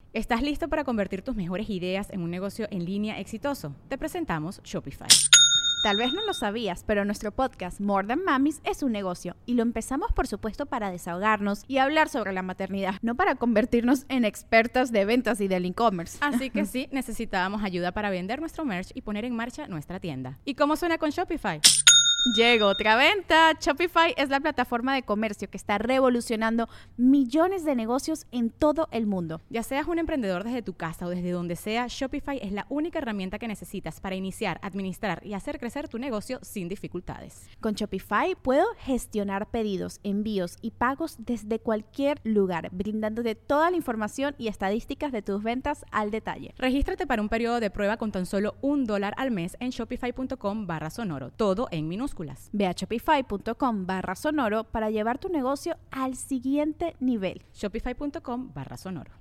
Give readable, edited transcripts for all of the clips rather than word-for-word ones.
¿Estás listo para convertir tus mejores ideas en un negocio en línea exitoso? Te presentamos Shopify. Tal vez no lo sabías, pero nuestro podcast More Than Mamis es un negocio y lo empezamos por supuesto para desahogarnos y hablar sobre la maternidad, no para convertirnos en expertas de ventas y del e-commerce. Así que sí, necesitábamos ayuda para vender nuestro merch y poner en marcha nuestra tienda. ¿Y cómo suena con Shopify? Llegó otra venta. Shopify es la plataforma de comercio que está revolucionando millones de negocios en todo el mundo. Ya seas un emprendedor desde tu casa o desde donde sea, Shopify es la única herramienta que necesitas para iniciar, administrar y hacer crecer tu negocio sin dificultades. Con Shopify puedo gestionar pedidos, envíos y pagos desde cualquier lugar, brindándote toda la información y estadísticas de tus ventas al detalle. Regístrate para un periodo de prueba con tan solo $1 al mes en shopify.com/sonoro, todo en minúsculas. Ve a shopify.com/sonoro para llevar tu negocio al siguiente nivel. Shopify.com/sonoro.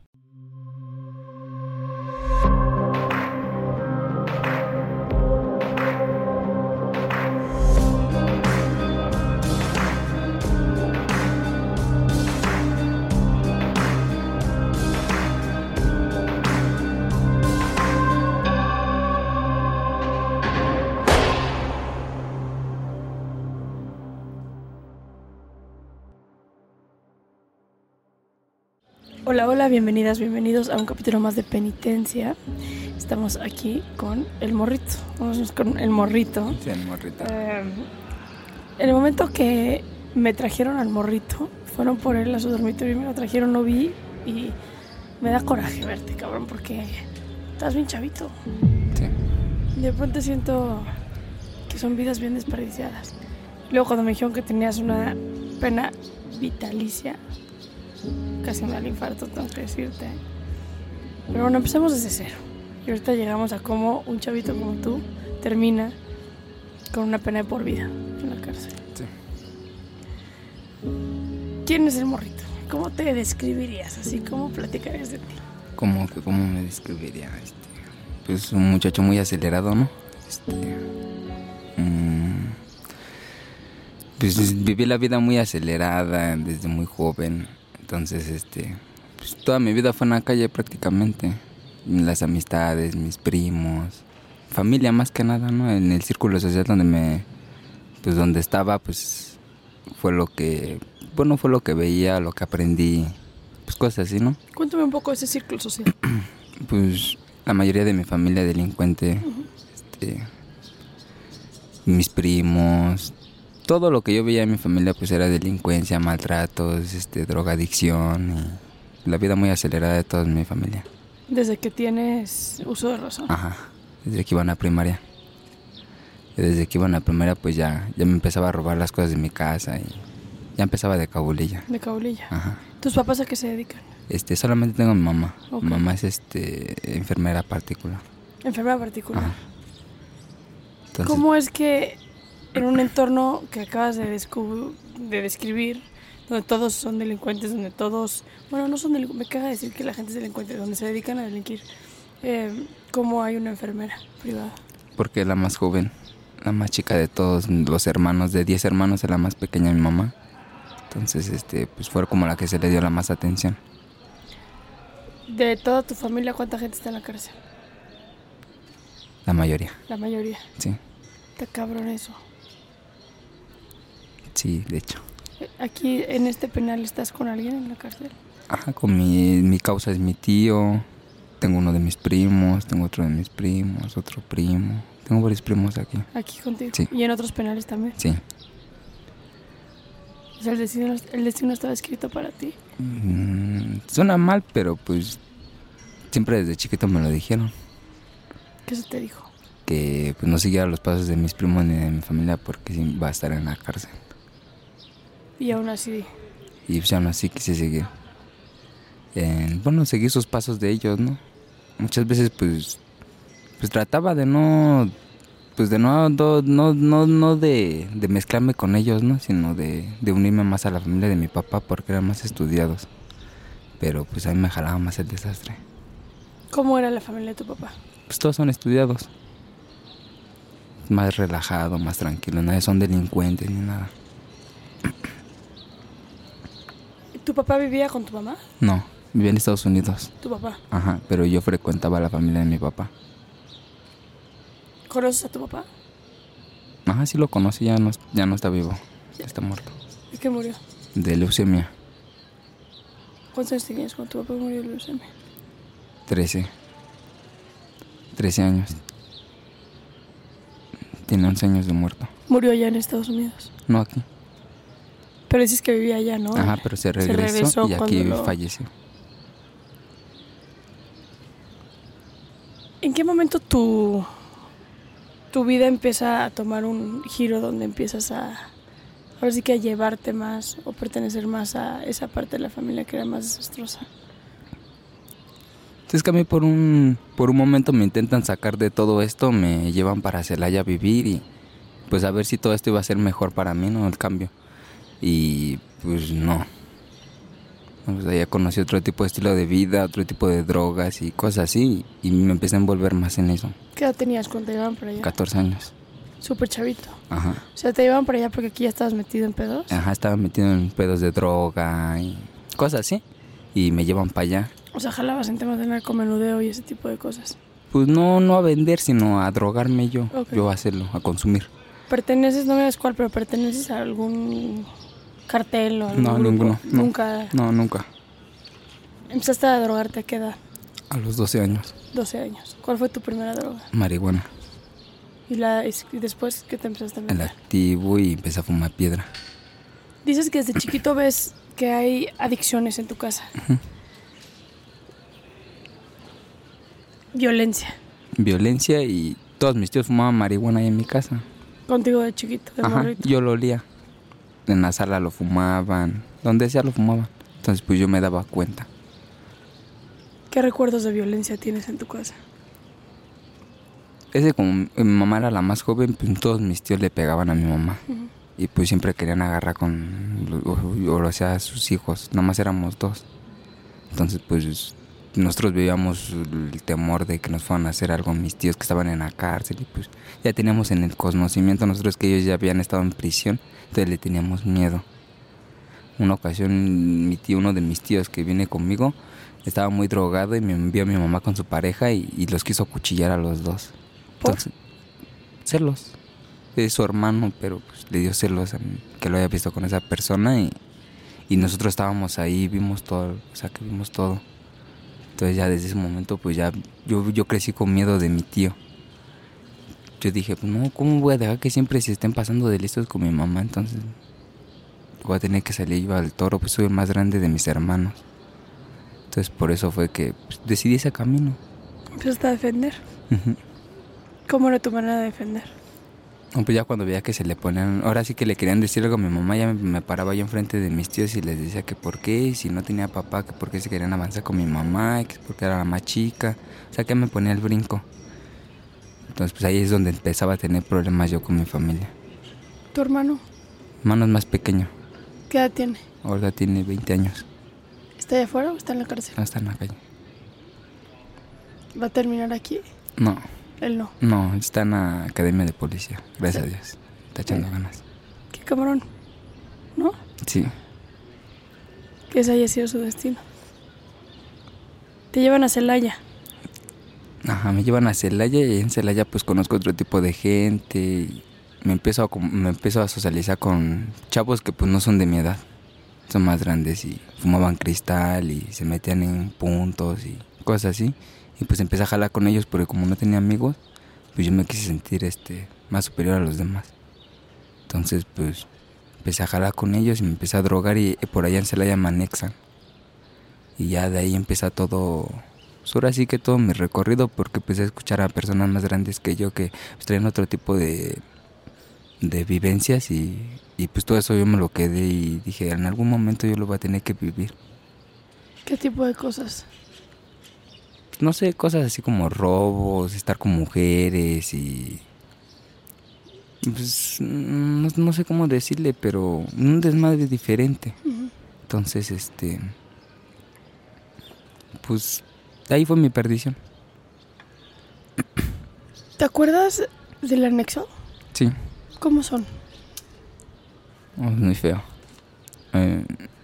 Hola, hola, bienvenidas, bienvenidos a un capítulo más de Penitencia. Estamos aquí con el morrito. Vamos con el morrito. Sí, el morrito. En el momento que me trajeron al morrito, fueron por él a su dormitorio y me lo trajeron, lo vi y me da coraje verte, cabrón, porque estás bien chavito. Sí. De pronto siento que son vidas bien desperdiciadas. Luego cuando me dijeron que tenías una pena vitalicia, casi me da el infarto, tengo que decirte. Pero bueno, empecemos desde cero. Y ahorita llegamos a cómo un chavito como tú termina con una pena de por vida en la cárcel. Sí. ¿Quién es el morrito? ¿Cómo te describirías? Así, ¿cómo platicarías de ti? ¿Cómo me describiría? Pues un muchacho muy acelerado, ¿no? Pues viví la vida muy acelerada desde muy joven. Entonces, pues toda mi vida fue en la calle prácticamente. Las amistades, mis primos, familia más que nada, ¿no? En el círculo social donde estaba, pues fue lo que veía, lo que aprendí, pues cosas así, ¿no? Cuéntame un poco de ese círculo social. Pues la mayoría de mi familia delincuente, mis primos. Todo lo que yo veía en mi familia pues era delincuencia, maltratos, drogadicción y la vida muy acelerada de toda mi familia. Desde que tienes uso de razón. Ajá, desde que iban a primaria. Y desde que iban a primaria pues ya me empezaba a robar las cosas de mi casa y ya empezaba de cabulilla. De cabulilla. Ajá. ¿Tus papás a qué se dedican? Solamente tengo a mi mamá. Okay. Mi mamá es enfermera particular. Enfermera particular. Ajá. Entonces, ¿cómo es que en un entorno que acabas de describir, donde todos son delincuentes, donde todos, bueno, no son delincuentes, me caga decir que la gente es delincuente, donde se dedican a delinquir, cómo hay una enfermera privada? Porque la más joven, la más chica de todos los hermanos, de 10 hermanos, es la más pequeña mi mamá. Entonces, pues fue como la que se le dio la más atención. De toda tu familia, ¿cuánta gente está en la cárcel? La mayoría. La mayoría. Sí. Está cabrón eso. Sí, de hecho. Aquí, en este penal, ¿estás con alguien en la cárcel? Ajá, con mi causa es mi tío. Tengo uno de mis primos, tengo otro de mis primos, otro primo. Tengo varios primos aquí. ¿Aquí contigo? Sí. ¿Y en otros penales también? Sí. O sea, el destino estaba escrito para ti. Suena mal, pero pues siempre desde chiquito me lo dijeron. ¿Qué se te dijo? Que pues no siguiera los pasos de mis primos ni de mi familia porque sí va a estar en la cárcel. Y aún así. Y pues aún así quise seguir. Seguir sus pasos de ellos, ¿no? Muchas veces pues trataba de no de mezclarme con ellos, ¿no? Sino de unirme más a la familia de mi papá porque eran más estudiados. Pero pues a mí me jalaba más el desastre. ¿Cómo era la familia de tu papá? Pues todos son estudiados. Más relajado, más tranquilo, nadie son delincuentes ni nada. ¿Tu papá vivía con tu mamá? No, Vivía en Estados Unidos. ¿Tu papá? Ajá, pero yo frecuentaba la familia de mi papá. ¿Conoces a tu papá? Ajá, sí lo conocí, ya no está vivo. Ya está muerto. ¿De qué murió? De leucemia. ¿Cuántos años tenías cuando tu papá murió de leucemia? 13 años. Tiene 11 años de muerto. Murió allá en Estados Unidos. No aquí. Pero dices que vivía allá, ¿no? Ajá, pero se regresó y aquí falleció. ¿En qué momento tu vida empieza a tomar un giro donde empiezas ahora sí que a llevarte más o pertenecer más a esa parte de la familia que era más desastrosa? Entonces que a mí por un momento me intentan sacar de todo esto, me llevan para Celaya a vivir y pues a ver si todo esto iba a ser mejor para mí, ¿no? El cambio. Y pues no. Pues allá conocí otro tipo de estilo de vida, otro tipo de drogas y cosas así y me empecé a envolver más en eso. ¿Qué edad tenías cuando te llevaban para allá? 14 años. Súper chavito. Ajá. O sea, te llevaban para allá porque aquí ya estabas metido en pedos. Ajá, estaba metido en pedos de droga y cosas así. Y me llevan para allá. O sea, jalabas en temas de narcomenudeo y ese tipo de cosas. Pues no a vender, sino a drogarme yo. Okay. Yo a hacerlo, a consumir. ¿Perteneces, no me das cuál, pero perteneces a algún cartel o algún No, grupo? ninguno. No. Nunca. No, nunca. ¿Empezaste a drogarte a qué edad? A los 12 años. 12 años. ¿Cuál fue tu primera droga? Marihuana. ¿Y después qué te empezaste a El meter? activo y empecé a fumar piedra. Dices que desde chiquito ves que hay adicciones en tu casa. Uh-huh. Violencia y todos mis tíos fumaban marihuana ahí en mi casa. Contigo de chiquito, de Ajá, morrito. yo lo olía. En la sala lo fumaban, donde sea lo fumaban. Entonces pues yo me daba cuenta. ¿Qué recuerdos de violencia tienes en tu casa? Ese como mi mamá era la más joven, pues todos mis tíos le pegaban a mi mamá. Uh-huh. Y pues siempre querían agarrar o sea, a sus hijos. Nada más éramos 2. Entonces pues nosotros vivíamos el temor de que nos fueran a hacer algo mis tíos que estaban en la cárcel. Y pues ya teníamos en el conocimiento nosotros que ellos ya habían estado en prisión. Entonces le teníamos miedo. Una ocasión uno de mis tíos que viene conmigo estaba muy drogado y me envió a mi mamá con su pareja y los quiso acuchillar a los 2. Entonces, celos. Es su hermano, pero pues le dio celos a mí, que lo haya visto con esa persona y nosotros estábamos ahí, vimos todo, o sea que vimos todo. Entonces ya desde ese momento pues ya yo crecí con miedo de mi tío. Yo dije, pues no, ¿cómo voy a dejar que siempre se estén pasando de listos con mi mamá? Entonces voy a tener que salir yo al toro, pues soy el más grande de mis hermanos. Entonces por eso fue que pues, decidí ese camino. ¿Empezaste a defender? Uh-huh. ¿Cómo era tu manera de defender? No, pues ya cuando veía que se le ponían, ahora sí que le querían decir algo a mi mamá, ya me paraba yo enfrente de mis tíos y les decía que por qué, si no tenía papá, que por qué se querían avanzar con mi mamá, que porque era la más chica, o sea que me ponía el brinco. Entonces pues ahí es donde empezaba a tener problemas yo con mi familia. ¿Tu hermano? Hermano es más pequeño, ¿Qué edad tiene? ahora tiene 20 años, ¿Está allá afuera o está en la cárcel? no está en la calle. ¿Va a terminar aquí? No, Él no. no, está en la academia de policía, gracias a Dios, está echando ganas. Qué cabrón, ¿no? Sí, Que ese haya sido su destino. Te llevan a Celaya. ajá, me llevan a Celaya y en Celaya pues conozco otro tipo de gente y me empiezo a socializar con chavos que pues no son de mi edad, son más grandes y fumaban cristal y se metían en puntos y cosas así y pues empecé a jalar con ellos porque como no tenía amigos pues yo me quise sentir más superior a los demás. Entonces pues empecé a jalar con ellos y me empecé a drogar y por allá en Celaya me anexan y ya de ahí empieza todo. Pues ahora sí que todo mi recorrido porque empecé a escuchar a personas más grandes que yo que pues, traían otro tipo de vivencias y pues todo eso yo me lo quedé y dije en algún momento yo lo voy a tener que vivir. ¿Qué tipo de cosas? No sé, cosas así como robos, estar con mujeres y pues no sé cómo decirle, pero un desmadre diferente. Uh-huh. Entonces pues ahí fue mi perdición. ¿Te acuerdas del anexo? Sí. ¿Cómo son? Oh, es muy feo.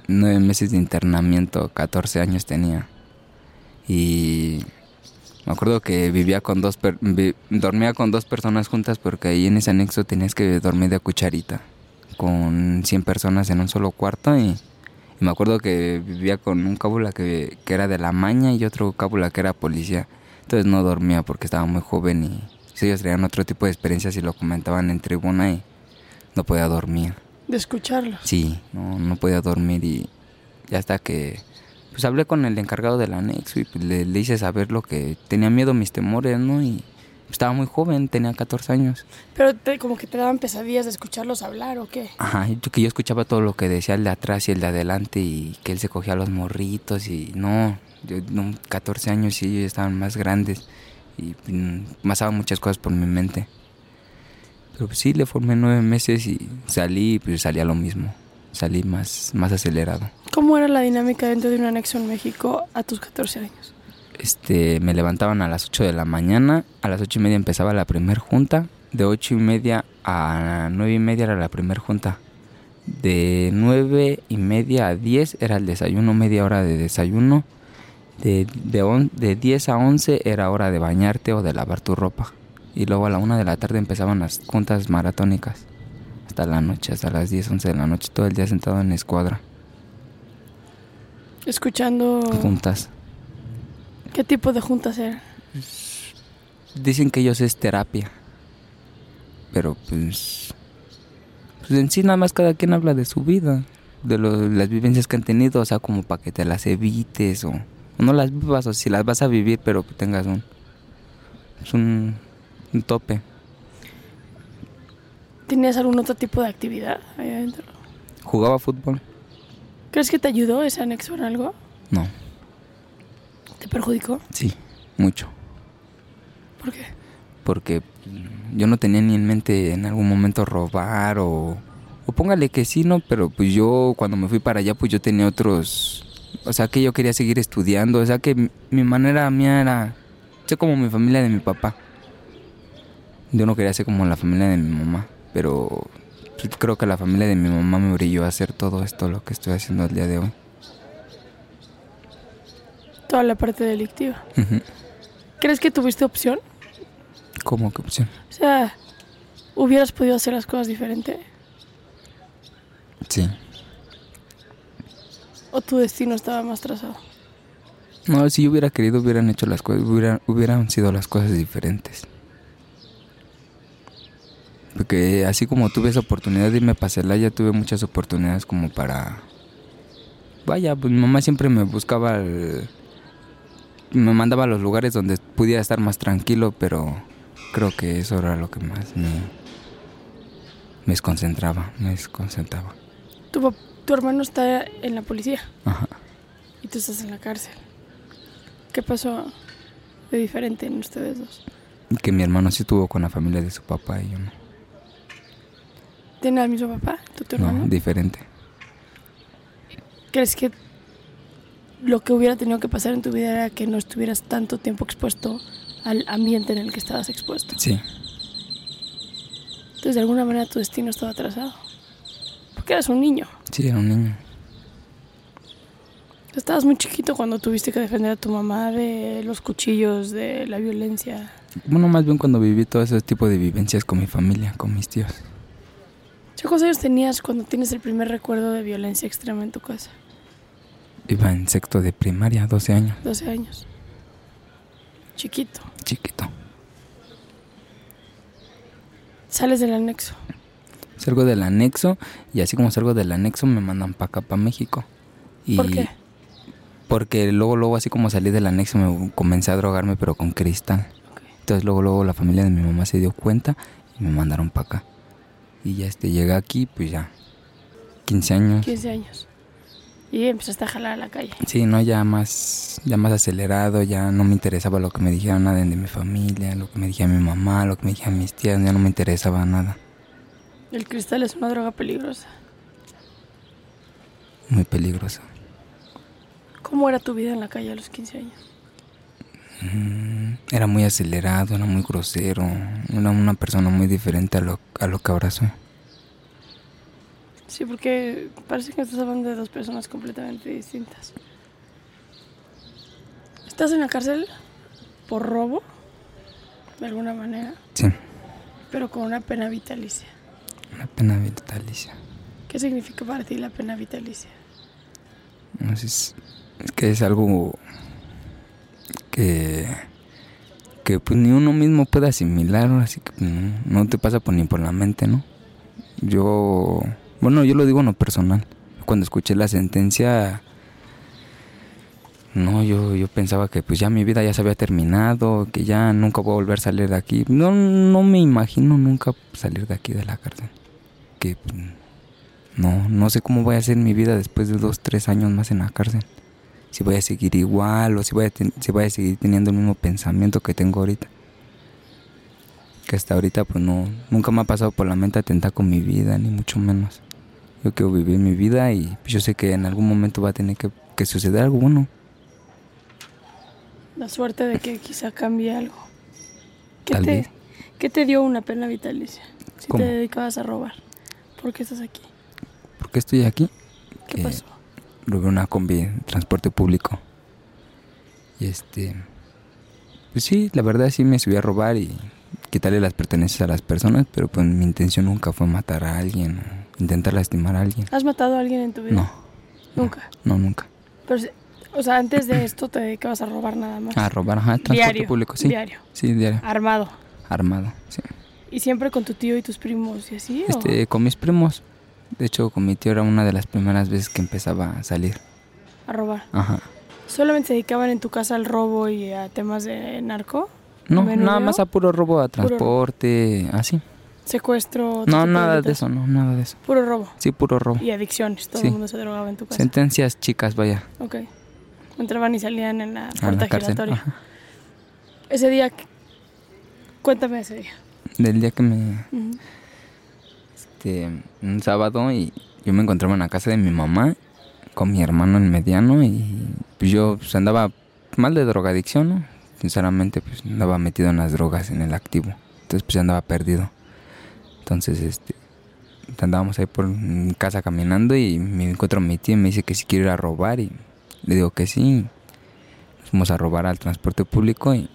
9 meses de internamiento, 14 años tenía. Y me acuerdo que dormía con 2 personas juntas porque ahí en ese anexo tenías que dormir de cucharita, con 100 personas en un solo cuarto. Y me acuerdo que vivía con un cábula que era de la maña y otro cábula que era policía. Entonces no dormía porque estaba muy joven y ellos traían otro tipo de experiencias y lo comentaban en tribuna y no podía dormir. De escucharlo. Sí, no podía dormir y hasta que pues hablé con el encargado del anexo y pues, le hice saber lo que tenía miedo, mis temores, ¿no? Y estaba muy joven, tenía 14 años. Pero como que te daban pesadillas de escucharlos hablar, ¿o qué? Ajá, yo escuchaba todo lo que decía el de atrás y el de adelante y que él se cogía a los morritos y no, 14 años y ellos estaban más grandes y pasaban muchas cosas por mi mente. Pero pues sí, le formé 9 meses y salí a lo mismo. Salí más acelerado. ¿Cómo era la dinámica dentro de un anexo en México a tus 14 años? Me levantaban a las 8 de la mañana, a las 8:30 empezaba la primer junta, de 8:30 a 9:30 era la primer junta, de 9:30 a 10 era el desayuno, media hora de desayuno, de 10 a 11 era hora de bañarte o de lavar tu ropa, y luego a la 1 de la tarde empezaban las juntas maratónicas, hasta la noche, hasta las 10, 11 de la noche, todo el día sentado en escuadra. Escuchando... Juntas. ¿Qué tipo de juntas eran? Dicen que ellos es terapia, pero pues en sí nada más cada quien habla de su vida, de las vivencias que han tenido, o sea, como para que te las evites o no las vivas, o si las vas a vivir, pero que tengas un tope. ¿Tenías algún otro tipo de actividad ahí adentro? ¿Jugaba fútbol? ¿Crees que te ayudó ese anexo en algo? No. ¿Te perjudicó? Sí, mucho. ¿Por qué? Porque yo no tenía ni en mente en algún momento robar o póngale que sí, ¿no? Pero pues yo cuando me fui para allá pues yo tenía otros... O sea que yo quería seguir estudiando, o sea que mi manera mía era ser como mi familia de mi papá. Yo no quería ser como la familia de mi mamá, pero creo que la familia de mi mamá me brilló a hacer todo esto, lo que estoy haciendo el día de hoy. Toda la parte delictiva. Uh-huh. ¿Crees que tuviste opción? ¿Cómo que opción? O sea, ¿hubieras podido hacer las cosas diferente? Sí. ¿O tu destino estaba más trazado? No, si yo hubiera querido, hubieran hecho las cosas, hubieran sido las cosas diferentes. Porque así como tuve esa oportunidad de irme para Celaya, tuve muchas oportunidades como para... Vaya, pues mi mamá siempre me buscaba, me mandaba a los lugares donde pudiera estar más tranquilo, pero creo que eso era lo que más me desconcentraba. Tu hermano está en la policía. Ajá. Y tú estás en la cárcel. ¿Qué pasó de diferente en ustedes dos? Que mi hermano sí estuvo con la familia de su papá y yo no. ¿Tiene al mismo papá, tu hermano? No, diferente. ¿Crees que lo que hubiera tenido que pasar en tu vida era que no estuvieras tanto tiempo expuesto al ambiente en el que estabas expuesto? Sí. Entonces, de alguna manera, tu destino estaba trazado. Porque eras un niño. Sí, era un niño. Estabas muy chiquito cuando tuviste que defender a tu mamá de los cuchillos, de la violencia. Bueno, más bien cuando viví todo ese tipo de vivencias con mi familia, con mis tíos. ¿Cuántos años tenías cuando tienes el primer recuerdo de violencia extrema en tu casa? Iba en sexto de primaria, 12 años. 12 años. Chiquito. Chiquito. Sales del anexo. Salgo del anexo y así como salgo del anexo me mandan para acá, para México. Y ¿Por qué? Porque luego así como salí del anexo me comencé a drogarme pero con cristal. Okay. Entonces luego la familia de mi mamá se dio cuenta y me mandaron para acá. Y ya llegué aquí, pues ya 15 años. 15 años. Y empezaste a jalar a la calle. Sí, no, ya más acelerado, ya no me interesaba lo que me dijeran nada de mi familia, lo que me dijera mi mamá, lo que me dijeran mis tías, ya no me interesaba nada. El cristal es una droga peligrosa. Muy peligroso. ¿Cómo era tu vida en la calle a los 15 años? Era muy acelerado, era muy grosero, era una persona muy diferente a lo que ahora soy. Sí, porque parece que estás hablando de dos personas completamente distintas. ¿Estás en la cárcel por robo? De alguna manera. Sí, Pero con una pena vitalicia. una pena vitalicia. ¿Qué significa para ti la pena vitalicia? No sé, es que es algo que pues ni uno mismo puede asimilar, así que no te pasa ni por la mente, ¿no? Yo lo digo en lo personal. Cuando escuché la sentencia, no, yo pensaba que pues ya mi vida ya se había terminado, que ya nunca voy a volver a salir de aquí. No me imagino nunca salir de aquí de la cárcel. Que pues, no sé cómo voy a hacer mi vida después de 2-3 años más en la cárcel. Si voy a seguir igual o si voy a seguir teniendo el mismo pensamiento que tengo ahorita. Que hasta ahorita pues nunca me ha pasado por la mente atentar con mi vida, ni mucho menos. Yo quiero vivir mi vida y yo sé que en algún momento va a tener que suceder algo bueno. La suerte de que quizá cambie algo. Tal vez. ¿Qué te dio una pena vitalicia? Si ¿Cómo? te dedicabas a robar. ¿Por qué estás aquí? ¿Por qué estoy aquí? ¿Qué pasó? Robé una combi en transporte público. Y pues sí, la verdad sí me subí a robar y quitarle las pertenencias a las personas, pero pues mi intención nunca fue matar a alguien o intentar lastimar a alguien. ¿Has matado a alguien en tu vida? No. ¿Nunca? No, nunca. Pero, o sea, antes de esto te dedicabas a robar nada más. A robar, ajá, transporte Diario, público, sí. diario. Sí, diario. Armado. Armado, sí. ¿Y siempre con tu tío y tus primos y así? ¿O Con mis primos. De hecho, con mi tío era una de las primeras veces que empezaba a salir. a robar? Ajá. ¿Solamente se dedicaban en tu casa al robo y a temas de narco? No, ¿Menudeo? nada más a puro robo, a transporte, así. ¿Secuestro? otro No, tipo nada de delitos? eso, no, nada de eso. Puro robo. Sí, puro robo. Y adicciones. Todo Sí. el mundo se drogaba en tu casa. Sentencias chicas, vaya. Ok. Entraban y salían en la A puerta la cárcel. giratoria. Ajá. Ese día, cuéntame ese día. Del día que me... Ujú. un sábado y yo me encontraba en la casa de mi mamá con mi hermano el mediano y pues yo pues, andaba mal de drogadicción, ¿no? Sinceramente pues andaba metido en las drogas, en el activo. Entonces pues andaba perdido. Entonces andábamos ahí por mi casa caminando y me encuentro a mi tía y me dice que si quiero ir a robar y le digo que sí. Nos fuimos a robar al transporte público y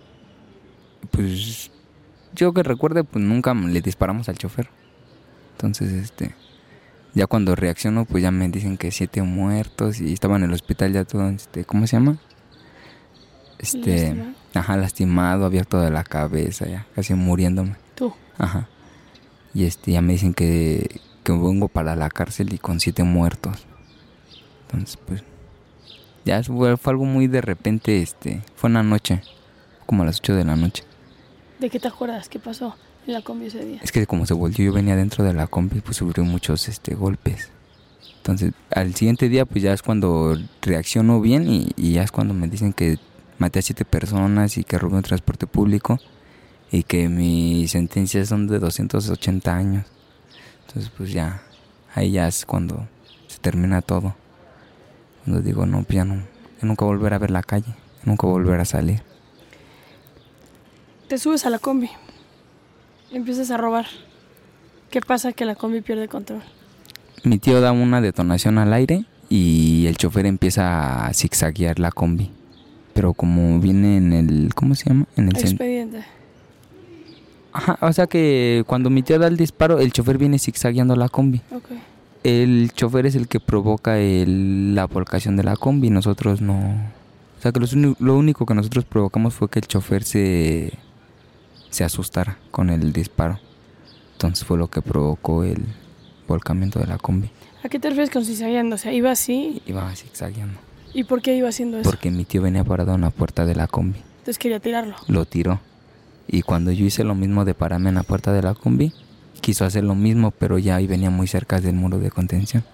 pues yo que recuerde pues nunca le disparamos al chofer. Entonces ya cuando reacciono pues ya me dicen que 7 muertos y estaba en el hospital ya todo ¿cómo se llama? ¿Lastimado? Ajá, lastimado, abierto de la cabeza, ya casi muriéndome. Tú. Ajá. Y ya me dicen que vengo para la cárcel y con 7 muertos. Entonces pues ya fue algo muy de repente, fue en la noche, como a las 8 de la noche. ¿De qué te acuerdas? ¿Qué pasó en la combi ese día? Es que como se volvió, yo venía dentro de la combi, pues sufrió muchos golpes. Entonces, al siguiente día, pues ya es cuando reacciono bien y ya es cuando me dicen que maté a 7 personas y que robé un transporte público y que mis sentencias son de 280 años. Entonces, pues ya, ahí ya es cuando se termina todo. Cuando digo, no, pues ya nunca volver a ver la calle, nunca volver a salir. Te subes a la combi. Empiezas a robar. ¿Qué pasa? Que la combi pierde control. Mi tío da una detonación al aire y el chofer empieza a zigzaguear la combi. Pero como viene en el... ¿Cómo se llama? En el Expediente. Ajá, o sea que cuando mi tío da el disparo, el chofer viene zigzagueando la combi. Ok. El chofer es el que provoca la volcación de la combi, nosotros no... O sea que lo único que nosotros provocamos fue que el chofer se asustara con el disparo. Entonces fue lo que provocó el volcamiento de la combi. ¿A qué te refieres con zigzagueando? O sea, iba así. Iba zigzagueando. ¿Y por qué iba haciendo eso? Porque mi tío venía parado en la puerta de la combi. Entonces quería tirarlo. Lo tiró. Y cuando yo hice lo mismo de pararme en la puerta de la combi, quiso hacer lo mismo, pero ya ahí venía muy cerca del muro de contención.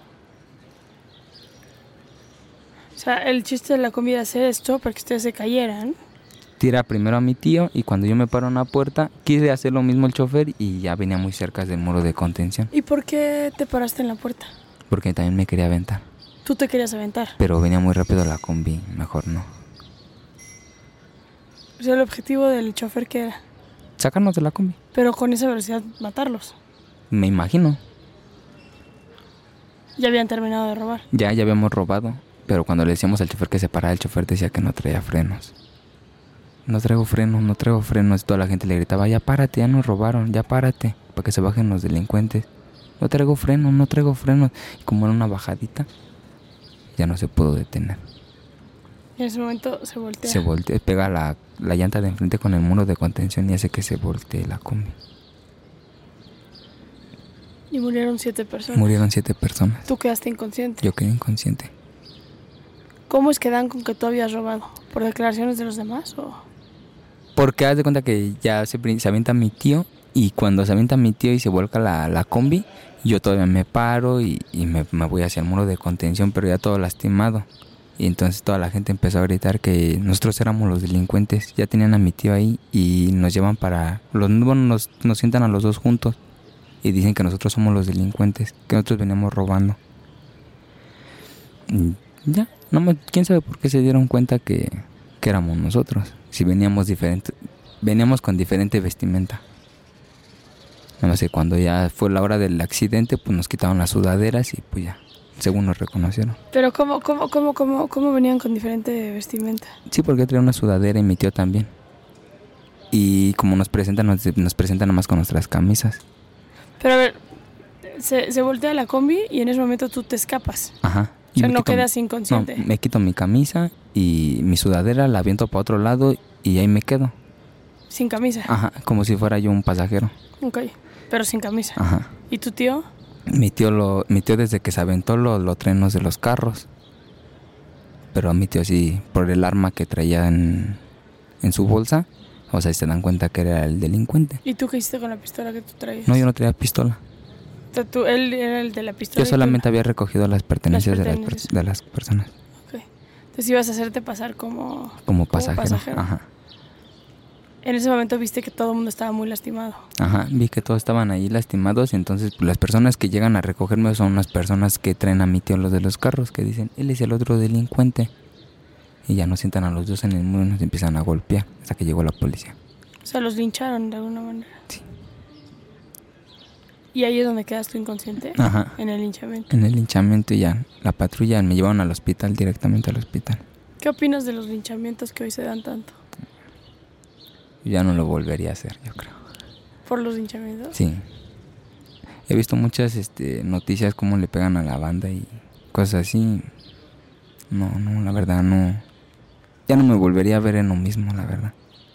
O sea, el chiste de la combi era hacer esto para que ustedes se cayeran. Tira primero a mi tío y cuando yo me paro en la puerta, quise hacer lo mismo el chofer y ya venía muy cerca del muro de contención. ¿Y por qué te paraste en la puerta? Porque también me quería aventar. Tú te querías aventar. Pero venía muy rápido la combi, mejor no. O sea, el objetivo del chofer que era. Sacarnos de la combi. Pero con esa velocidad matarlos. Me imagino. Ya habían terminado de robar. Ya habíamos robado, pero cuando le decíamos al chofer que se parara, el chofer decía que no traía frenos. No traigo frenos. Y toda la gente le gritaba, ya párate, ya nos robaron, ya párate, para que se bajen los delincuentes. No traigo frenos. Y como era una bajadita, ya no se pudo detener. Y en ese momento se voltea. Se voltea, pega la llanta de enfrente con el muro de contención y hace que se voltee la combi. Y murieron 7 personas. Murieron 7 personas. Tú quedaste inconsciente. Yo quedé inconsciente. ¿Cómo es que dan con que tú habías robado? ¿Por declaraciones de los demás o...? Porque haz de cuenta que ya se avienta mi tío, y cuando se avienta mi tío y se vuelca la combi, yo todavía me paro y me voy hacia el muro de contención, pero ya todo lastimado. Y entonces toda la gente empezó a gritar que nosotros éramos los delincuentes. Ya tenían a mi tío ahí y nos llevan nos sientan a los dos juntos y dicen que nosotros somos los delincuentes, que nosotros veníamos robando. Y ya, no, quién sabe por qué se dieron cuenta que éramos nosotros. Si veníamos con diferente vestimenta. Nada más que cuando ya fue la hora del accidente, pues nos quitaron las sudaderas y pues ya, según nos reconocieron. Pero ¿cómo venían con diferente vestimenta? Sí, porque yo traía una sudadera y mi tío también. Y como nos presentan nada más con nuestras camisas. Pero a ver, se voltea la combi y en ese momento tú te escapas. Ajá. O sea, no quedas inconsciente. No, me quito mi camisa y mi sudadera, la aviento para otro lado y ahí me quedo. Sin camisa. Ajá, como si fuera yo un pasajero. Ok, pero sin camisa. Ajá. ¿Y tu tío? Mi tío desde que se aventó lo traen los de los carros. Pero a mi tío sí, por el arma que traía en su bolsa, o sea, se dan cuenta que era el delincuente. ¿Y tú qué hiciste con la pistola que tú traías? No, yo no traía pistola. O sea, él era el de la pistola. Yo solamente había recogido las pertenencias, de las personas. Ok. Entonces ibas a hacerte pasar como pasajero. Ajá. En ese momento viste que todo el mundo estaba muy lastimado. Ajá, vi que todos estaban ahí lastimados. Entonces pues, las personas que llegan a recogerme son unas personas que traen a mi tío los de los carros, que dicen, él es el otro delincuente. Y ya nos sientan a los dos en el muro y nos empiezan a golpear hasta que llegó la policía. O sea, los lincharon de alguna manera. Sí. ¿Y ahí es donde quedas tú inconsciente? Ajá. En el linchamiento. En el linchamiento y ya, la patrulla me llevaron al hospital, directamente al hospital. ¿Qué opinas de los linchamientos que hoy se dan tanto? Ya no lo volvería a hacer, yo creo. ¿Por los linchamientos? Sí. He visto muchas noticias cómo le pegan a la banda y cosas así. No, la verdad no. Ya no me volvería a ver en lo mismo, la verdad.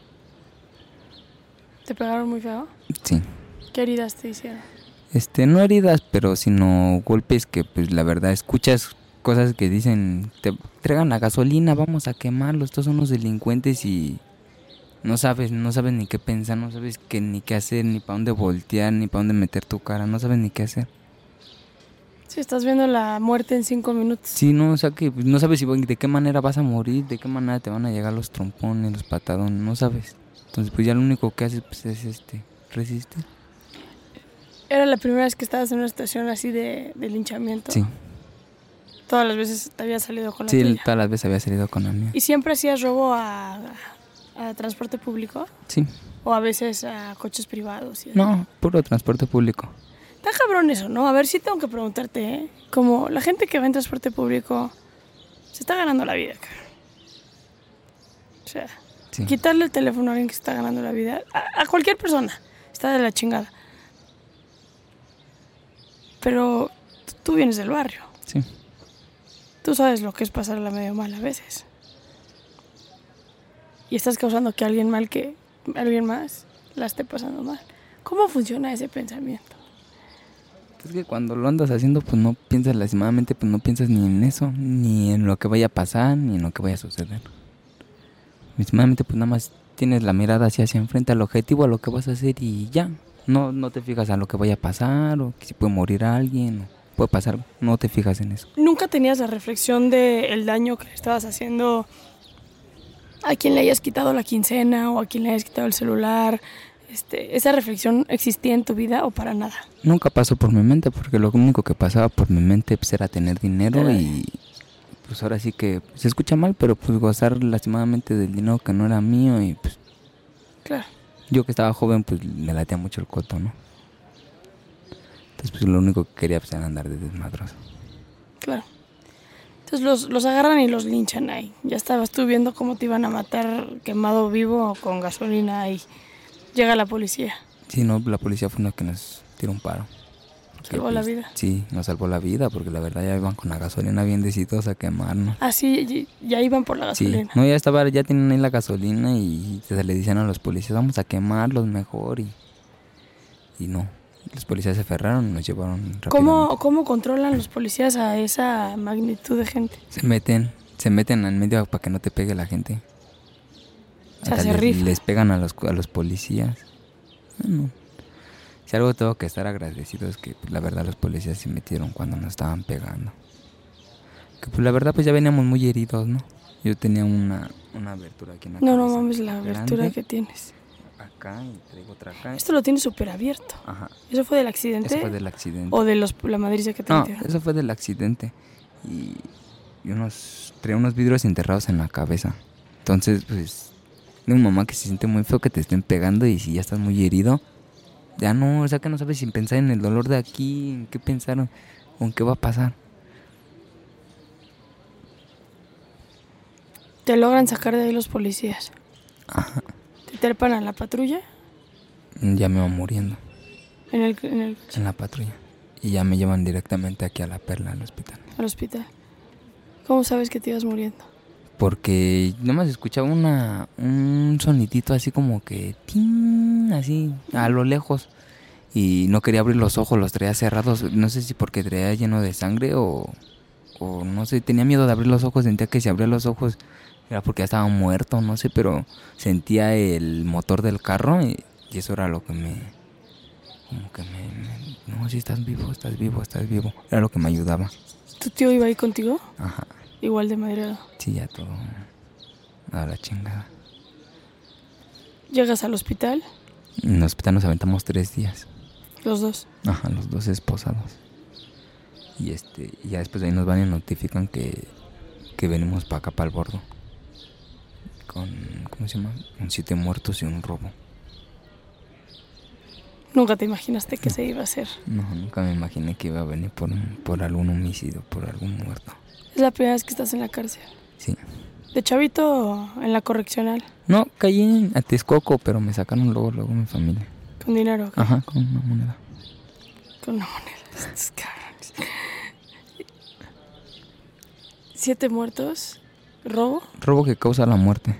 ¿Te pegaron muy feo? Sí. ¿Qué heridas te hicieron? No heridas, pero sino golpes que pues la verdad escuchas cosas que dicen, te traigan la gasolina, vamos a quemarlos, estos son los delincuentes y no sabes ni qué pensar, no sabes ni qué hacer, ni para dónde voltear, ni para dónde meter tu cara, no sabes ni qué hacer. Sí, estás viendo la muerte en 5 minutos. Sí, no, o sea que pues, no sabes de qué manera vas a morir, de qué manera te van a llegar los trompones, los patadones, no sabes. Entonces pues ya lo único que haces pues, es resistir. ¿Era la primera vez que estabas en una situación así de linchamiento? Sí. ¿Todas las veces te había salido con la tuya? Sí, todas las veces había salido con la mía. ¿Y siempre hacías robo a transporte público? Sí. ¿O a veces a coches privados? No, puro transporte público. Está cabrón eso, ¿no? A ver, sí tengo que preguntarte, ¿eh? Como la gente que va en transporte público se está ganando la vida, cabrón. O sea, sí. Quitarle el teléfono a alguien que se está ganando la vida, a cualquier persona, está de la chingada. Pero tú vienes del barrio. Sí. Tú sabes lo que es pasarla medio mal a veces. Y estás causando que alguien más la esté pasando mal. ¿Cómo funciona ese pensamiento? Es que cuando lo andas haciendo, pues no piensas lastimadamente, pues no piensas ni en eso, ni en lo que vaya a pasar, ni en lo que vaya a suceder. Lastimadamente, pues nada más tienes la mirada hacia enfrente al objetivo, a lo que vas a hacer y ya. No te fijas a lo que vaya a pasar, o que si puede morir alguien, o puede pasar, no te fijas en eso. ¿Nunca tenías la reflexión del daño que le estabas haciendo a quien le hayas quitado la quincena o a quien le hayas quitado el celular? ¿Esa reflexión existía en tu vida o para nada? Nunca pasó por mi mente, porque lo único que pasaba por mi mente pues, era tener dinero y pues ahora sí que se escucha mal, pero pues gozar lastimadamente del dinero que no era mío y pues... Claro. Yo que estaba joven, pues me latía mucho el coto, ¿no? Entonces, pues lo único que quería pues, era andar de desmadroso. Claro. Entonces los agarran y los linchan ahí. Ya estabas tú viendo cómo te iban a matar quemado vivo o con gasolina ahí. Llega la policía. Sí, no, la policía fue una que nos tiró un paro. ¿Salvó la vida? Sí, nos salvó la vida porque la verdad ya iban con la gasolina bien decididos a quemarnos. Ah, sí, ya iban por la gasolina. Sí, no, ya tenían ahí la gasolina y se le dicen a los policías, vamos a quemarlos mejor y no. Los policías se aferraron y nos llevaron rápidamente. ¿Cómo controlan los policías a esa magnitud de gente? Se meten en medio para que no te pegue la gente. O sea, se rifan. Les pegan a los policías. Bueno, si algo tengo que estar agradecido es que pues, la verdad los policías se metieron cuando nos estaban pegando. Que pues la verdad pues ya veníamos muy heridos, ¿no? Yo tenía una abertura aquí en la cabeza. No mames la abertura grande, que tienes. acá y traigo otra acá. Esto lo tienes súper abierto. Ajá. ¿Eso fue del accidente? Eso fue del accidente. ¿O de la madriza que te No, metieron? eso fue del accidente. Y traía unos vidrios enterrados en la cabeza. Entonces, pues, de una mamá que se siente muy feo que te estén pegando y si ya estás muy herido, ya no, o sea que no sabes sin pensar en el dolor de aquí, en qué pensar o en qué va a pasar. Te logran sacar de ahí los policías. Ajá. ¿Te trepan a la patrulla? Ya me va muriendo En en la patrulla. Y ya me llevan directamente aquí a La Perla, al hospital. al hospital. ¿Cómo sabes que te ibas muriendo? Porque nomás escuchaba un sonidito así como que tin, así a lo lejos. Y no quería abrir los ojos, los traía cerrados. No sé si porque traía lleno de sangre o no sé, tenía miedo de abrir los ojos. Sentía que si abría los ojos era porque ya estaba muerto, no sé, pero sentía el motor del carro y eso era lo que no, si estás vivo. Era lo que me ayudaba. ¿Tu tío iba ahí contigo? Ajá. Igual de madreado. Sí, ya todo a la chingada. ¿Llegas al hospital? En el hospital nos aventamos 3 días. Los dos. Ajá, los 2 esposados. Y ya después de ahí nos van y notifican que venimos para acá, para el bordo. Con, ¿cómo se llama? Con 7 muertos y un robo. Nunca te imaginaste que se iba a hacer. No, nunca me imaginé que iba a venir por algún homicidio, por algún muerto. Es la primera vez que estás en la cárcel. Sí. ¿De chavito en la correccional? No, caí a Texcoco, pero me sacaron luego mi familia. ¿Con dinero? ¿Qué? Ajá, con una moneda. Con una moneda. Estos cabrones. 7 muertos. ¿Robo? Robo que causa la muerte.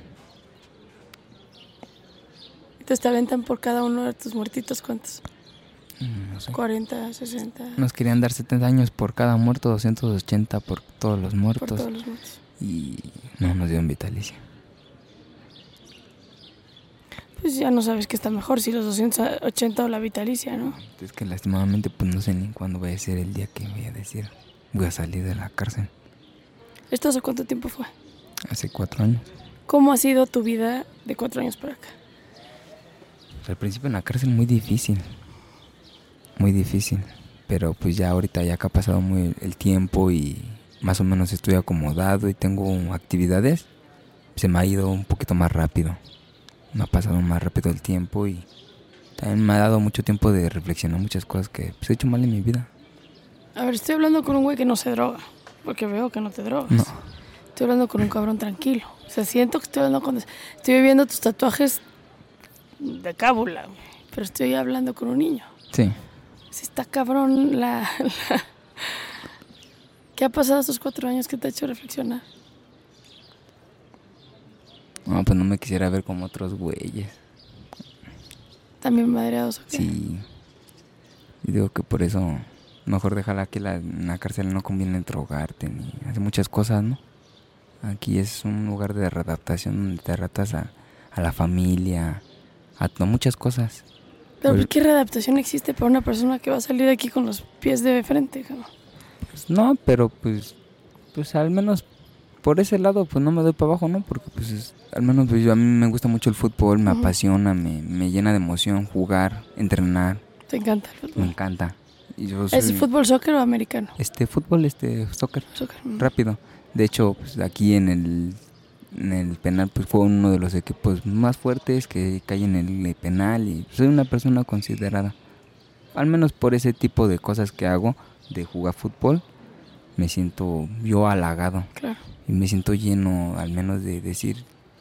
Entonces te aventan por cada uno de tus muertitos, ¿cuántos? No sé. 40, 60. Nos querían dar 70 años por cada muerto, 280 por todos los muertos. Por todos los muertos. Y no nos dieron vitalicia. Pues ya no sabes qué está mejor, si los 280 o la vitalicia, ¿no? Es que lastimadamente pues no sé ni cuándo vaya a ser el día que voy a decir voy a salir de la cárcel. ¿Esto hace cuánto tiempo fue? Hace 4 años. ¿Cómo ha sido tu vida de 4 años para acá? Al principio en la cárcel muy difícil, pero pues ya ahorita ya que ha pasado muy el tiempo y más o menos estoy acomodado y tengo actividades, se me ha ido un poquito más rápido, me ha pasado más rápido el tiempo y también me ha dado mucho tiempo de reflexionar muchas cosas que pues, he hecho mal en mi vida. A ver, estoy hablando con un güey que no se droga, porque veo que no te drogas. No. Estoy hablando con un cabrón tranquilo. O sea, siento que estoy hablando con... Estoy viendo tus tatuajes de cábula, pero estoy hablando con un niño. Sí. Si está cabrón ¿Qué ha pasado estos 4 años que te ha hecho reflexionar? No, pues no me quisiera ver como otros güeyes. ¿También madreados o qué? Sí. Y digo que por eso mejor dejarla aquí en la cárcel, no conviene drogarte ni hacer muchas cosas, ¿no? Aquí es un lugar de readaptación donde te adaptas a la familia, a muchas cosas. Pero ¿por qué readaptación existe para una persona que va a salir de aquí con los pies de frente, cabrón? Pues no, pero pues al menos por ese lado pues no me doy para abajo, ¿no? Porque pues al menos pues, a mí me gusta mucho el fútbol, me apasiona, me llena de emoción jugar, entrenar. ¿Te encanta el fútbol? Me encanta. Y yo soy, ¿Es fútbol, soccer o americano? Fútbol, soccer. Rápido. De hecho, pues aquí en el penal pues fue uno de los equipos más fuertes que cae en el penal y soy una persona considerada. Al menos por ese tipo de cosas que hago, de jugar fútbol, me siento yo halagado. Claro. Y me siento lleno, al menos de decir,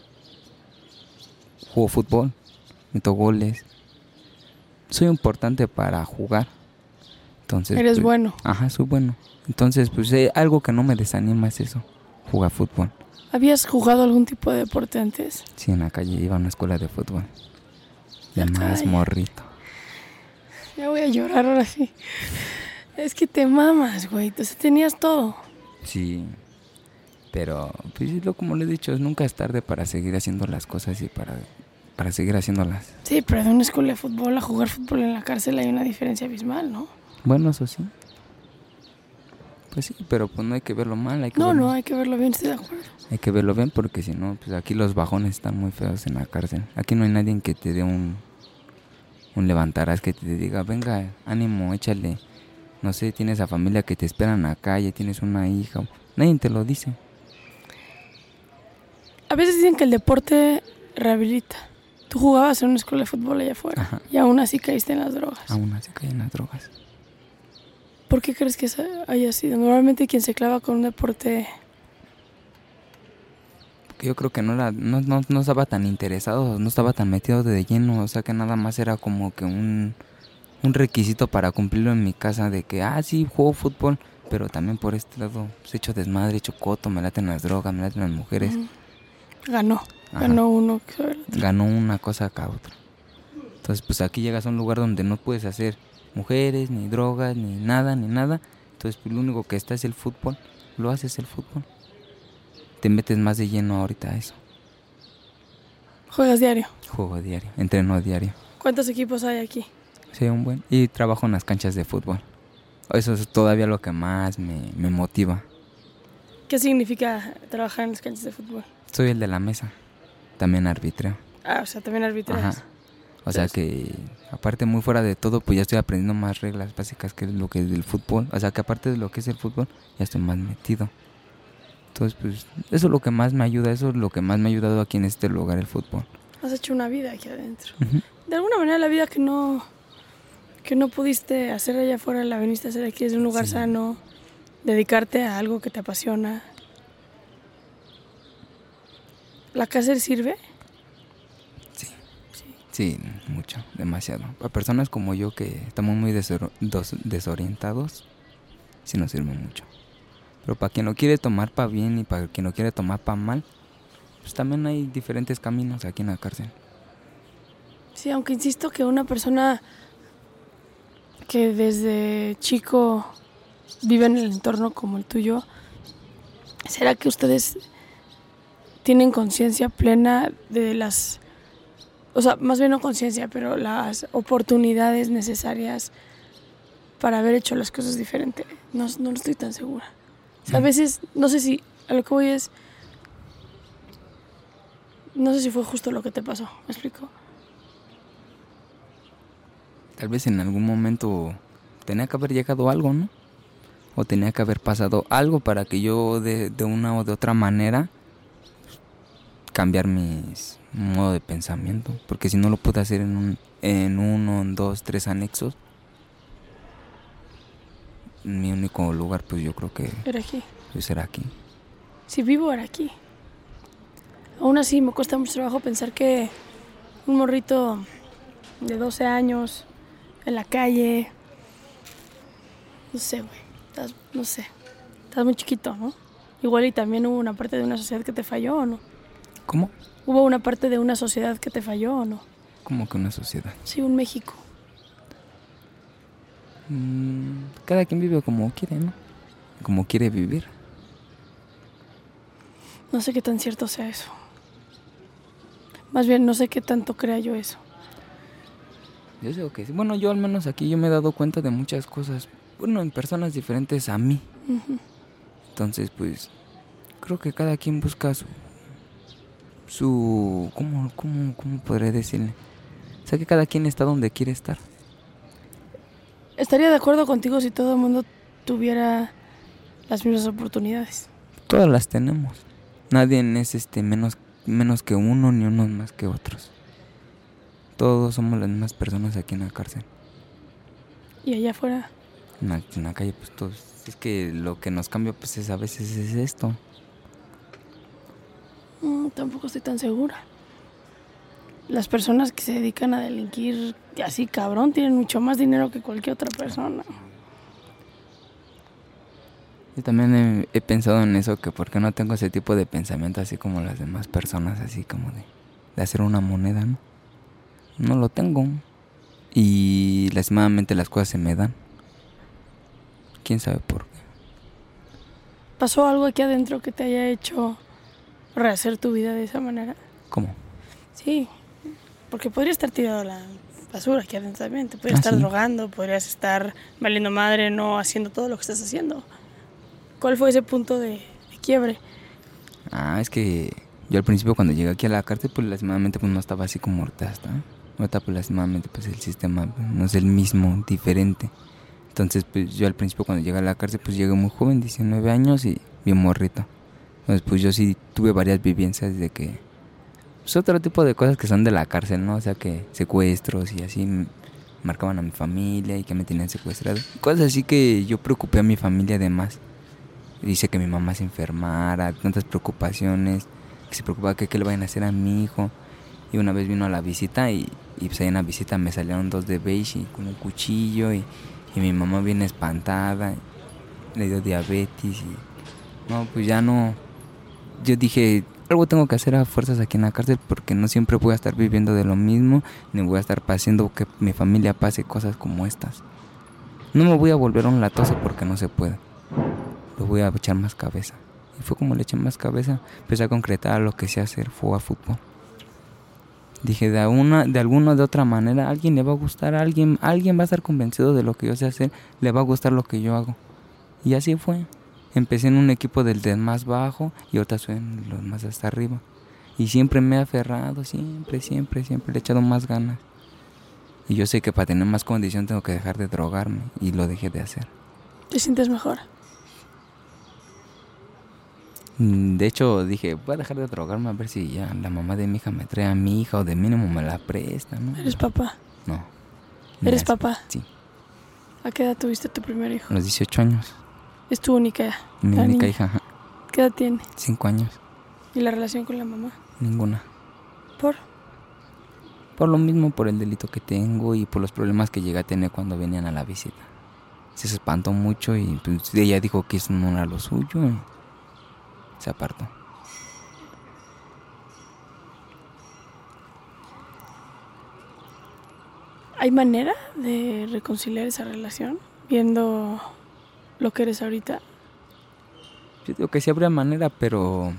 juego fútbol, meto goles, soy importante para jugar. Entonces, Eres pues, bueno. Ajá, soy bueno. Entonces, pues algo que no me desanima es eso, jugar fútbol. ¿Habías jugado algún tipo de deporte antes? Sí, en la calle iba a una escuela de fútbol. De La más calle. morrito. Ya voy a llorar ahora sí. Es que te mamas, güey. Entonces tenías todo. Sí, pero pues como le he dicho, nunca es tarde para seguir haciendo las cosas y para seguir haciéndolas. Sí, pero de una escuela de fútbol a jugar fútbol en la cárcel hay una diferencia abismal, ¿no? Bueno, eso sí. Pues sí, pero pues no hay que verlo mal, hay que No, hay que verlo bien, estoy de acuerdo. Hay que verlo bien porque si no, pues aquí los bajones están muy feos en la cárcel. Aquí no hay nadie que te dé un levantarás, que te diga, venga, ánimo, échale. No sé, tienes a familia que te esperan acá, ya tienes una hija. Nadie te lo dice. A veces dicen que el deporte rehabilita. Tú jugabas en una escuela de fútbol allá afuera. Ajá. Y aún así caíste en las drogas. Aún así caen las drogas. ¿Por qué crees que esa haya sido? Normalmente quien se clava con un deporte... Porque yo creo que no estaba tan interesado, no estaba tan metido de lleno. O sea que nada más era como que un requisito para cumplirlo en mi casa. De que, sí, juego fútbol. Pero también por este lado, pues, he hecho desmadre, he hecho coto, me laten las drogas, me laten las mujeres. Ganó. Ajá. Ganó uno. Ganó una cosa acá otra. Entonces, pues aquí llegas a un lugar donde no puedes hacer mujeres, ni drogas, ni nada. Entonces, pues lo único que está es el fútbol. Lo haces el fútbol. Te metes más de lleno ahorita a eso. ¿Juegas diario? Juego diario, entreno diario. ¿Cuántos equipos hay aquí? Sí, un buen. Y trabajo en las canchas de fútbol. Eso es todavía lo que más me motiva. ¿Qué significa trabajar en las canchas de fútbol? Soy el de la mesa. También arbitreo. O sea, también arbitras. Ajá. O sea que, aparte muy fuera de todo, pues ya estoy aprendiendo más reglas básicas que es lo que es del fútbol. O sea que aparte de lo que es el fútbol, ya estoy más metido. Entonces, pues, eso es lo que más me ayuda, eso es lo que más me ha ayudado aquí en este lugar, el fútbol. Has hecho una vida aquí adentro. Uh-huh. De alguna manera la vida que no pudiste hacer allá afuera, la viniste a hacer aquí desde un lugar sano, dedicarte a algo que te apasiona. ¿La cárcel sirve? Sí, mucho, demasiado. Para personas como yo que estamos muy desorientados, sí nos sirve mucho. Pero para quien lo quiere tomar para bien y para quien lo quiere tomar para mal, pues también hay diferentes caminos aquí en la cárcel. Sí, aunque insisto que una persona que desde chico vive en el entorno como el tuyo, ¿será que ustedes tienen conciencia plena de las... O sea, más bien no conciencia, pero las oportunidades necesarias para haber hecho las cosas diferente? No estoy tan segura. O sea, a veces, no sé si, a lo que voy es, no sé si fue justo lo que te pasó, ¿me explico? Tal vez en algún momento tenía que haber llegado algo, ¿no? O tenía que haber pasado algo para que yo de una o de otra manera cambiar mi modo de pensamiento. Porque si no lo pude hacer en 1, 2, 3 anexos, mi único lugar, pues yo creo que... Era aquí. Pues era aquí. Si vivo, era aquí. Aún así, me cuesta mucho trabajo pensar que un morrito de 12 años, en la calle... No sé, güey. Estás muy chiquito, ¿no? Igual y también hubo una parte de una sociedad que te falló, ¿o no? ¿Cómo? ¿Hubo una parte de una sociedad que te falló, o no? ¿Cómo que una sociedad? Sí, un México. Cada quien vive como quiere, ¿no? Como quiere vivir. No sé qué tan cierto sea eso. Más bien, no sé qué tanto crea yo eso. Yo sé que sí. Bueno, yo al menos aquí yo me he dado cuenta de muchas cosas. Bueno, en personas diferentes a mí. Uh-huh. Entonces, pues, creo que cada quien busca su ¿cómo podré decirle? O sea, que cada quien está donde quiere estar. Estaría de acuerdo contigo si todo el mundo tuviera las mismas oportunidades. Todas las tenemos. Nadie es menos que uno, ni unos más que otros. Todos somos las mismas personas aquí en la cárcel. ¿Y allá afuera? En la calle, pues todos. Es que lo que nos cambia, pues a veces es esto. Tampoco estoy tan segura. Las personas que se dedican a delinquir así cabrón tienen mucho más dinero que cualquier otra persona. Yo también he pensado en eso, que por qué no tengo ese tipo de pensamiento así como las demás personas, así como de hacer una moneda, ¿no? No lo tengo. Y lastimadamente las cosas se me dan. ¿Quién sabe por qué? ¿Pasó algo aquí adentro que te haya hecho rehacer tu vida de esa manera? ¿Cómo? Sí, porque podría estar tirado a la basura aquí adentro también. Te podrías estar sí. drogando, podrías estar valiendo madre, no haciendo todo lo que estás haciendo. ¿Cuál fue ese punto de quiebre? Es que yo al principio cuando llegué aquí a la cárcel, pues lastimadamente pues no estaba así como ahorita está. Ahorita pues lastimadamente pues el sistema no es el mismo, diferente. Entonces pues yo al principio cuando llegué a la cárcel pues llegué muy joven, 19 años y bien morrito. Entonces pues yo sí tuve varias vivencias de que pues otro tipo de cosas que son de la cárcel, ¿no? O sea que secuestros y así marcaban a mi familia y que me tenían secuestrado. Cosas así que yo preocupé a mi familia además. Dice que mi mamá se enfermara, tantas preocupaciones, que se preocupaba que qué le vayan a hacer a mi hijo. Y una vez vino a la visita y pues ahí en la visita me salieron 2 de beige y con un cuchillo y mi mamá bien espantada, le dio diabetes y no, pues ya no. Yo dije, algo tengo que hacer a fuerzas aquí en la cárcel porque no siempre voy a estar viviendo de lo mismo, ni voy a estar haciendo que mi familia pase cosas como estas. No me voy a volver un latoso porque no se puede. Le voy a echar más cabeza. Y fue como le eché más cabeza, empecé a concretar lo que sé hacer, fue a fútbol. Dije, de alguna o de otra manera, a alguien le va a gustar, alguien va a estar convencido de lo que yo sé hacer, le va a gustar lo que yo hago. Y así fue. Empecé en un equipo del más bajo y ahorita soy en los más hasta arriba. Y siempre me he aferrado, siempre le he echado más ganas. Y yo sé que para tener más condición tengo que dejar de drogarme y lo dejé de hacer. ¿Te sientes mejor? De hecho dije, voy a dejar de drogarme a ver si ya la mamá de mi hija me trae a mi hija o de mínimo me la presta, ¿no? ¿Eres papá? No. ¿Eres papá? Sí. ¿A qué edad tuviste tu primer hijo? A los 18 años. ¿Es tu única? Mi la única niña? hija. Ajá. ¿Qué edad tiene? 5 años. ¿Y la relación con la mamá? Ninguna. ¿Por? Por lo mismo, por el delito que tengo y por los problemas que llegué a tener cuando venían a la visita. Se espantó mucho y pues, ella dijo que eso no era lo suyo y se apartó. ¿Hay manera de reconciliar esa relación viendo lo que eres ahorita? Yo digo que sí habría manera, pero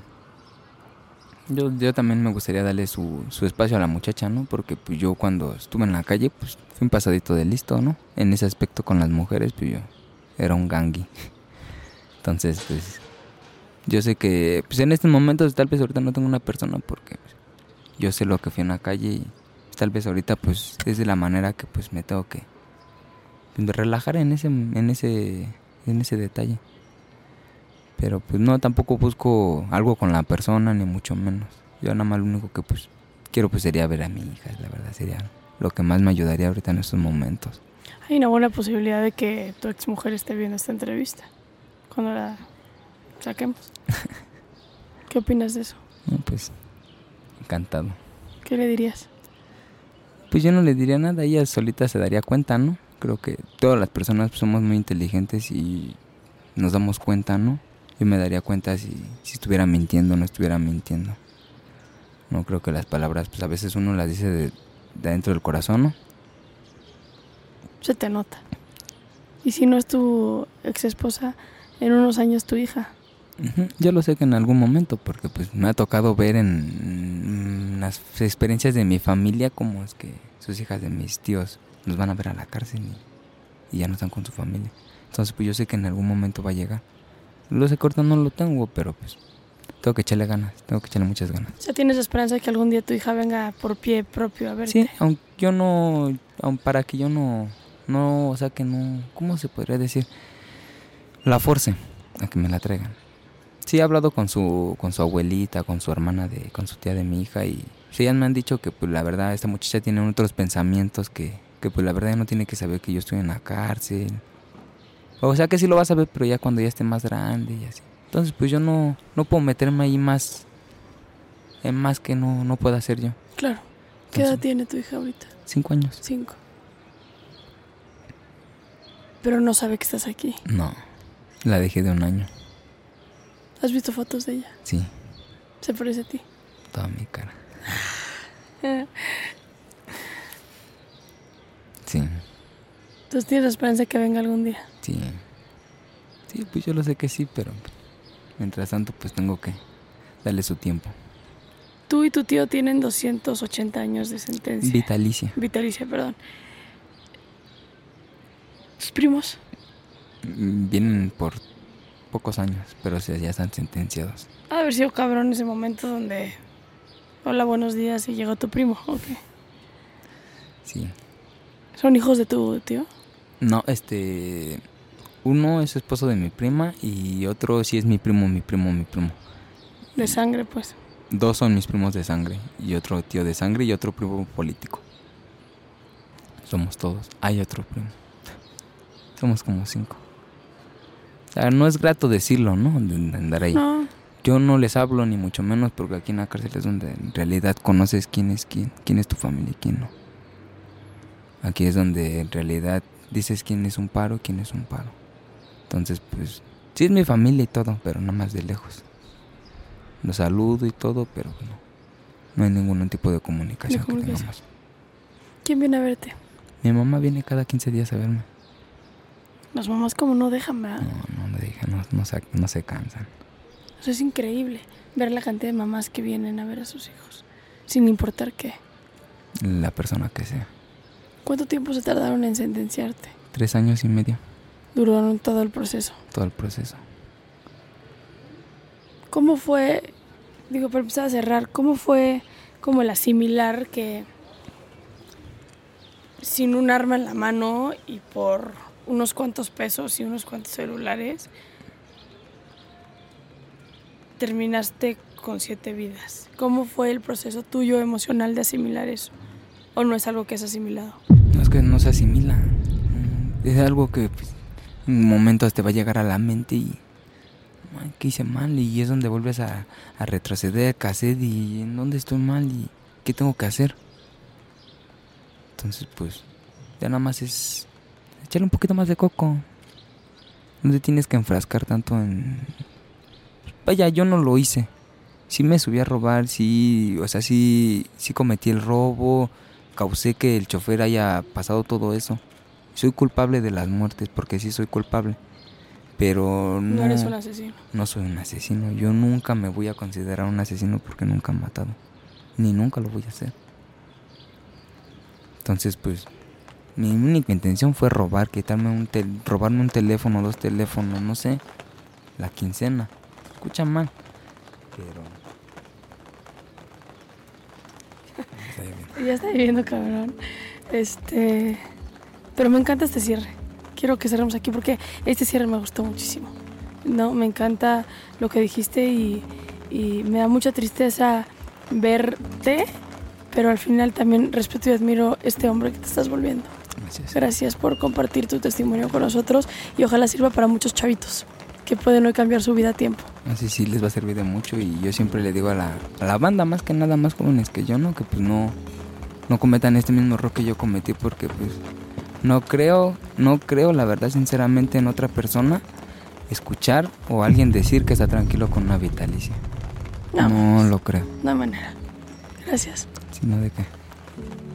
yo también me gustaría darle su espacio a la muchacha, ¿no? Porque pues yo cuando estuve en la calle, pues fui un pasadito de listo, ¿no? En ese aspecto con las mujeres, pues yo era un gangui. Entonces, pues yo sé que pues en estos momentos tal vez ahorita no tengo una persona porque pues, yo sé lo que fui en la calle y pues, tal vez ahorita pues es de la manera que pues me tengo que relajar en ese detalle. Pero pues no, tampoco busco algo con la persona ni mucho menos. Yo nada más lo único que pues quiero pues sería ver a mi hija, la verdad sería lo que más me ayudaría ahorita en estos momentos. Hay una buena posibilidad de que tu exmujer esté viendo esta entrevista cuando la saquemos. ¿Qué opinas de eso? No, pues encantado. ¿Qué le dirías? Pues yo no le diría nada, ella solita se daría cuenta, ¿no? Creo que todas las personas pues, somos muy inteligentes y nos damos cuenta, ¿no? Yo me daría cuenta si estuviera mintiendo o no estuviera mintiendo. No creo que las palabras, pues a veces uno las dice de adentro del corazón, ¿no? Se te nota. Y si no es tu ex esposa, en unos años tu hija. Yo lo sé que en algún momento, porque pues me ha tocado ver en las experiencias de mi familia cómo es que sus hijas de mis tíos nos van a ver a la cárcel y ya no están con su familia. Entonces pues yo sé que en algún momento va a llegar. Lo sé que ahorita no lo tengo, pero pues tengo que echarle ganas, tengo que echarle muchas ganas. O sea, ¿tienes esperanza de que algún día tu hija venga por pie propio a verte? Sí, aunque yo no, para que yo no, o sea que no, ¿cómo se podría decir? La force a que me la traigan. Sí, he hablado con su abuelita, con su hermana, con su tía de mi hija y sí, ellas me han dicho que pues la verdad esta muchacha tiene otros pensamientos que pues la verdad no tiene que saber que yo estoy en la cárcel O sea que sí lo vas a ver, pero ya cuando ya esté más grande y así. Entonces pues yo no puedo meterme ahí más en más que no pueda hacer yo. Claro. ¿Qué Entonces, edad tiene tu hija ahorita? 5 años. 5. Pero no sabe que estás aquí. No, la dejé de 1 año. ¿Has visto fotos de ella? Sí, ¿Se parece a ti? toda mi cara. Sí, Entonces tienes la esperanza de que venga algún día. sí. Sí, pues yo lo sé que sí, pero mientras tanto pues tengo que darle su tiempo. Tú y tu tío tienen 280 años de sentencia. Vitalicia. Vitalicia, perdón. ¿Tus primos? Vienen por pocos años, pero ya están sentenciados. Ha de haber sido cabrón ese momento donde... Hola, buenos días, y llegó tu primo. Ok. Sí. ¿Son hijos de tu tío? No, uno es esposo de mi prima y otro sí es mi primo. De sangre, pues. 2 son mis primos de sangre y otro tío de sangre y otro primo político. Somos todos. Hay otro primo. Somos como 5. O sea, no es grato decirlo, ¿no? De andar ahí. No. Yo no les hablo ni mucho menos porque aquí en la cárcel es donde en realidad conoces quién es tu familia y quién no. Aquí es donde en realidad dices quién es un paro y quién es un paro. Entonces, pues, sí es mi familia y todo, pero nada más de lejos. Los saludo y todo, pero no hay ningún tipo de comunicación que tengamos. ¿Quién viene a verte? Mi mamá viene cada 15 días a verme. Las mamás como no dejan, ¿verdad? No dejan, no se cansan. Eso es increíble, ver la cantidad de mamás que vienen a ver a sus hijos, sin importar qué. La persona que sea. ¿Cuánto tiempo se tardaron en sentenciarte? 3 años y medio. Duraron todo el proceso. Todo el proceso. ¿Cómo fue, para empezar a cerrar, cómo fue como el asimilar que sin un arma en la mano y por unos cuantos pesos y unos cuantos celulares terminaste con 7 vidas? ¿Cómo fue el proceso tuyo emocional de asimilar eso? ¿O no es algo que has asimilado? No es que no se asimila. Es algo que pues, en un momento te va a llegar a la mente y ¿qué hice mal? Y es donde vuelves a retroceder, cassette, y ¿en dónde estoy mal? ¿Y qué tengo que hacer? Entonces pues ya nada más es echarle un poquito más de coco. No te tienes que enfrascar tanto en... Vaya, yo no lo hice. Sí me subí a robar, sí cometí el robo, causé que el chofer haya pasado todo eso. Soy culpable de las muertes porque sí soy culpable. Pero no eres un asesino. No soy un asesino. Yo nunca me voy a considerar un asesino porque nunca he matado. Ni nunca lo voy a hacer. Entonces, pues, mi única intención fue robar, robarme un teléfono, 2 teléfonos, no sé. La quincena. Escucha mal. Pero... Ya está viviendo, cabrón. Pero me encanta este cierre. Quiero que cerremos aquí porque este cierre me gustó muchísimo. No, me encanta lo que dijiste y me da mucha tristeza verte, pero al final también respeto y admiro este hombre que te estás volviendo. Gracias por compartir tu testimonio con nosotros y ojalá sirva para muchos chavitos que pueden hoy cambiar su vida a tiempo. Así sí les va a servir de mucho y yo siempre le digo a la banda, más que nada más jóvenes que yo, ¿no? Que pues no cometan este mismo error que yo cometí porque pues no creo la verdad sinceramente en otra persona escuchar o alguien decir que está tranquilo con una vitalicia. No lo creo. No hay manera. Gracias. Sino de qué.